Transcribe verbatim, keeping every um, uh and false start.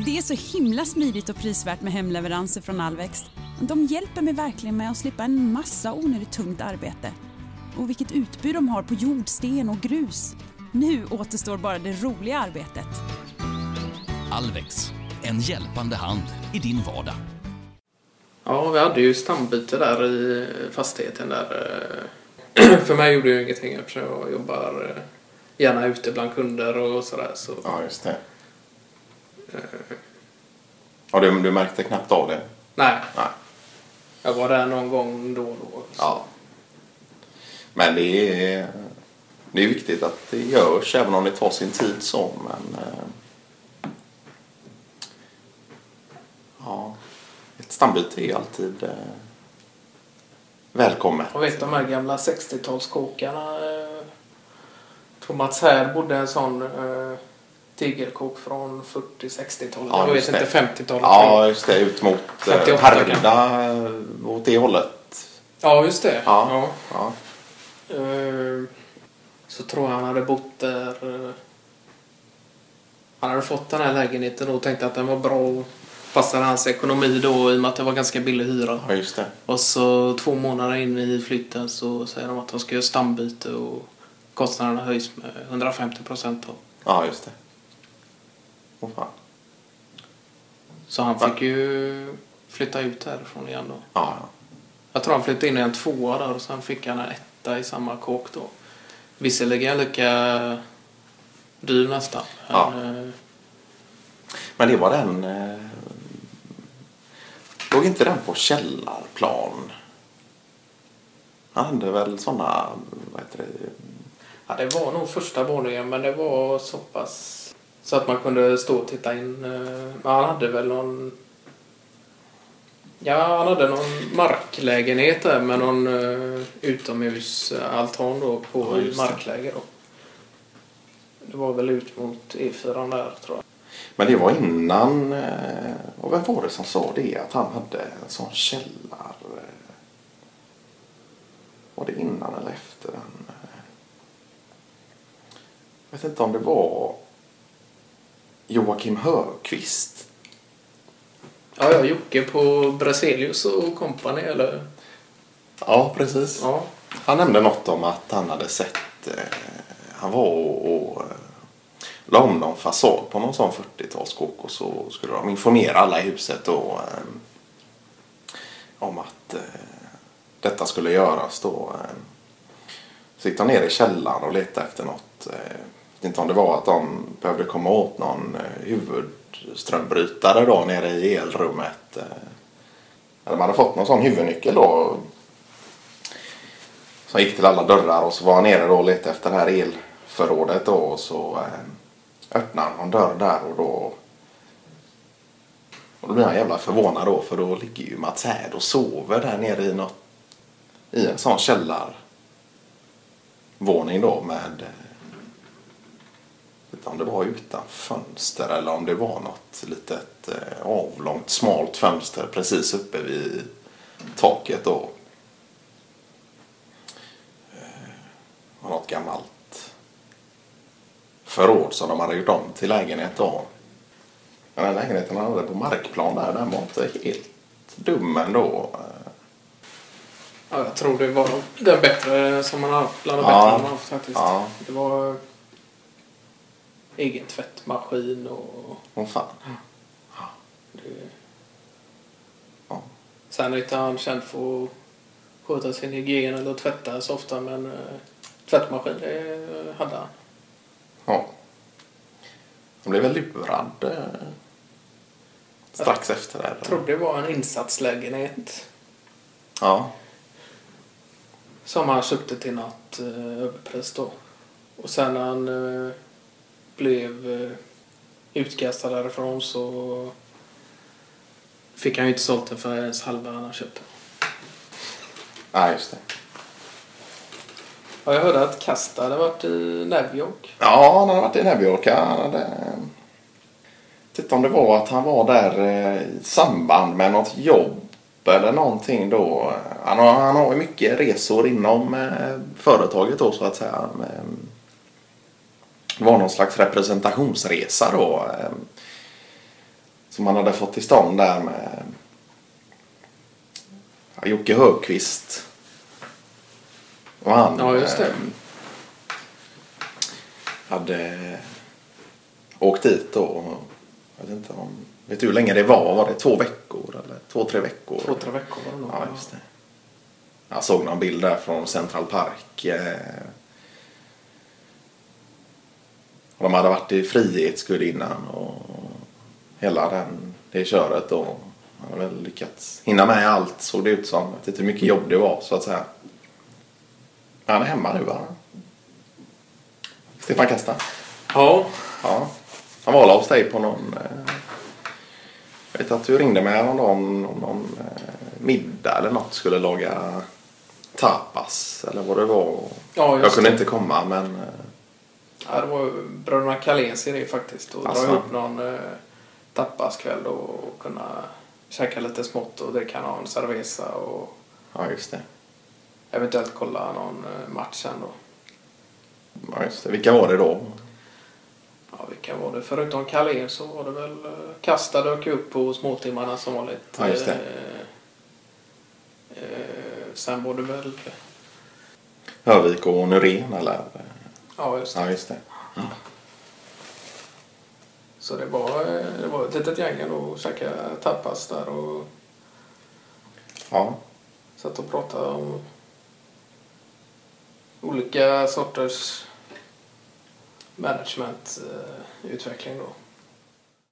Det är så himla smidigt och prisvärt med hemleveranser från Alvex. De hjälper mig verkligen med att slippa en massa onödigt tungt arbete. Och vilket utbud de har på jord, sten och grus. Nu återstår bara det roliga arbetet. Alvex, en hjälpande hand i din vardag. Ja, vi hade ju stambyte där i fastigheten där. För mig gjorde det ingenting eftersom jag jobbar gärna ute bland kunder och sådär. Så. Ja, just det. Ja, du, du märkte knappt av det? Nej. Nej. Jag var där någon gång då och då. Så. Ja. Men det är, det är viktigt att det görs även om det tar sin tid så. Men, ja, ett stambyte är alltid eh, välkommet. Jag vet de här gamla sextiotalskåkarna. Eh, Thomas här bodde en sån eh, tegelkåk från fyrtio-sextiotalet. Ja, jag vet inte, femtiotalet. Ja, just det. Ut mot eh, Härryda åt det hållet. Ja, just det. Ja. Ja. Ja. Eh, så tror jag han hade bott där. Eh, han hade fått den här lägenheten och tänkte att den var bra och passade hans ekonomi då i och med att det var ganska billig hyra. Ja, just det. Och så två månader in i flytten så säger de att de ska göra stambyte och kostnaderna höjs med hundrafemtio procent då. Ja, just det. Åh fan. Så han fick ju flytta ut härifrån igen då. Ja, ja. Jag tror han flyttade in i en tvåa där och sen fick han en etta i samma kåk då. Visserligen lika dyr nästan. Ja. Men, Men det var den... Eh, låg inte den på källarplan? Han hade väl såna... Vad heter det? ja, det var nog första våningen men det var så pass... Så att man kunde stå och titta in. Men han hade väl någon... Ja, han hade någon marklägenhet där med någon uh, utomhusaltan då på ja, markläge då. Det var väl ut mot E fyra där tror jag. Men det var innan... Eh, och vem var det som sa det? Att han hade en sån källar... Eh, var det innan eller efter den? Eh, jag vet inte om det var Joakim Högqvist. Ja, ja, Jocke på Brasilius och company eller? Ja, precis. Ja. Han nämnde något om att han hade sett... Eh, han var och... och la om någon fasad på någon sån fyrtiotalskåk och så skulle de informera alla i huset då, eh, om att eh, detta skulle göras då. Eh. Så gick de ner i källaren och letade efter något. Eh, jag vet inte om det var att de behövde komma åt någon eh, huvudströmbrytare då nere i elrummet. Eh. Eller man hade fått någon sån huvudnyckel då. Som gick till alla dörrar och så var han nere då och letade efter det här elförrådet då och så... Eh, öppnar någon dörr där och då och då blir han jävla förvånad då för då ligger ju Mats Härd och sover där nere i något i en sån källarvåning då med vet om det var utan fönster eller om det var något litet avlångt smalt fönster precis uppe vid taket då och något gammalt förråd som de hade gjort om till lägenhet då. Men den lägenheten han hade på markplan där, den var inte helt dum ändå. Ja, jag tror det var den bättre som man har haft, bland de ja. bättre man har haft faktiskt. Ja. Det var egen tvättmaskin och... Åh fan. Ja. Det... Ja. Sen är inte han känd för att sköta sin hygien eller tvätta så ofta, men äh, tvättmaskin det hade han. Ja. Han blev väl lurad eh, strax jag efter det. Jag tror det var en insatslägenhet. Ja. Som han köpte till något eh, överpris då. Och sen när han eh, blev eh, utkastad därifrån så fick han ju inte sålt den för ens halva han köpte. Ja, just det. Ja, jag hörde att Kasta hade varit i Navjork. Ja, han hade varit i Navjork. Han hade... Titta om det var att han var där i samband med något jobb eller någonting då. Han har, han har ju mycket resor inom eh, företaget då så att säga. Det var någon slags representationsresa då. som man hade fått till stånd där med ja, Jocke Högqvist. Och han Ja, just det. Eh, hade åkt dit då. Jag vet inte om... Vet du hur länge det var? Var det två veckor eller två, tre veckor? Två, tre veckor var det nog. Ja, just det. Jag såg någon bild där från Central Park. De hade varit i Frihetsgudinnan och hela den, det köret då. Han hade väl lyckats hinna med allt, såg det ut som. Jag vet inte hur mycket jobb det var, så att säga. Han är hemma nu, va? Stefan Kasta. Ja. Ja. Han var hos dig på någon... Jag vet att du ringde med honom om någon, någon middag eller något. Skulle laga tapas eller vad det var. Ja, just jag kunde det. inte komma, men... Ja, det var bröderna Carléns idé faktiskt. Att Alltså. dra ihop någon eh, tapaskväll då och kunna käka lite smått och dricka någon cerveza och Ja, just det. eventuellt kolla någon eh, match sen då. Ja, just det. Vilka var det då? Ja, vilka var det? Förutom Carlén så var det väl eh, Kasta dök upp på småtimmarna som vanligt. Ja, just det. Eh, eh, sen var det väl... Hörvik och Nyrén, eller? Ja, just det. Ja, just det. Mm. Så det var, eh, det var ett litet gäng och käka tapas där och Ja. satt och pratade om olika sorters managementutveckling då.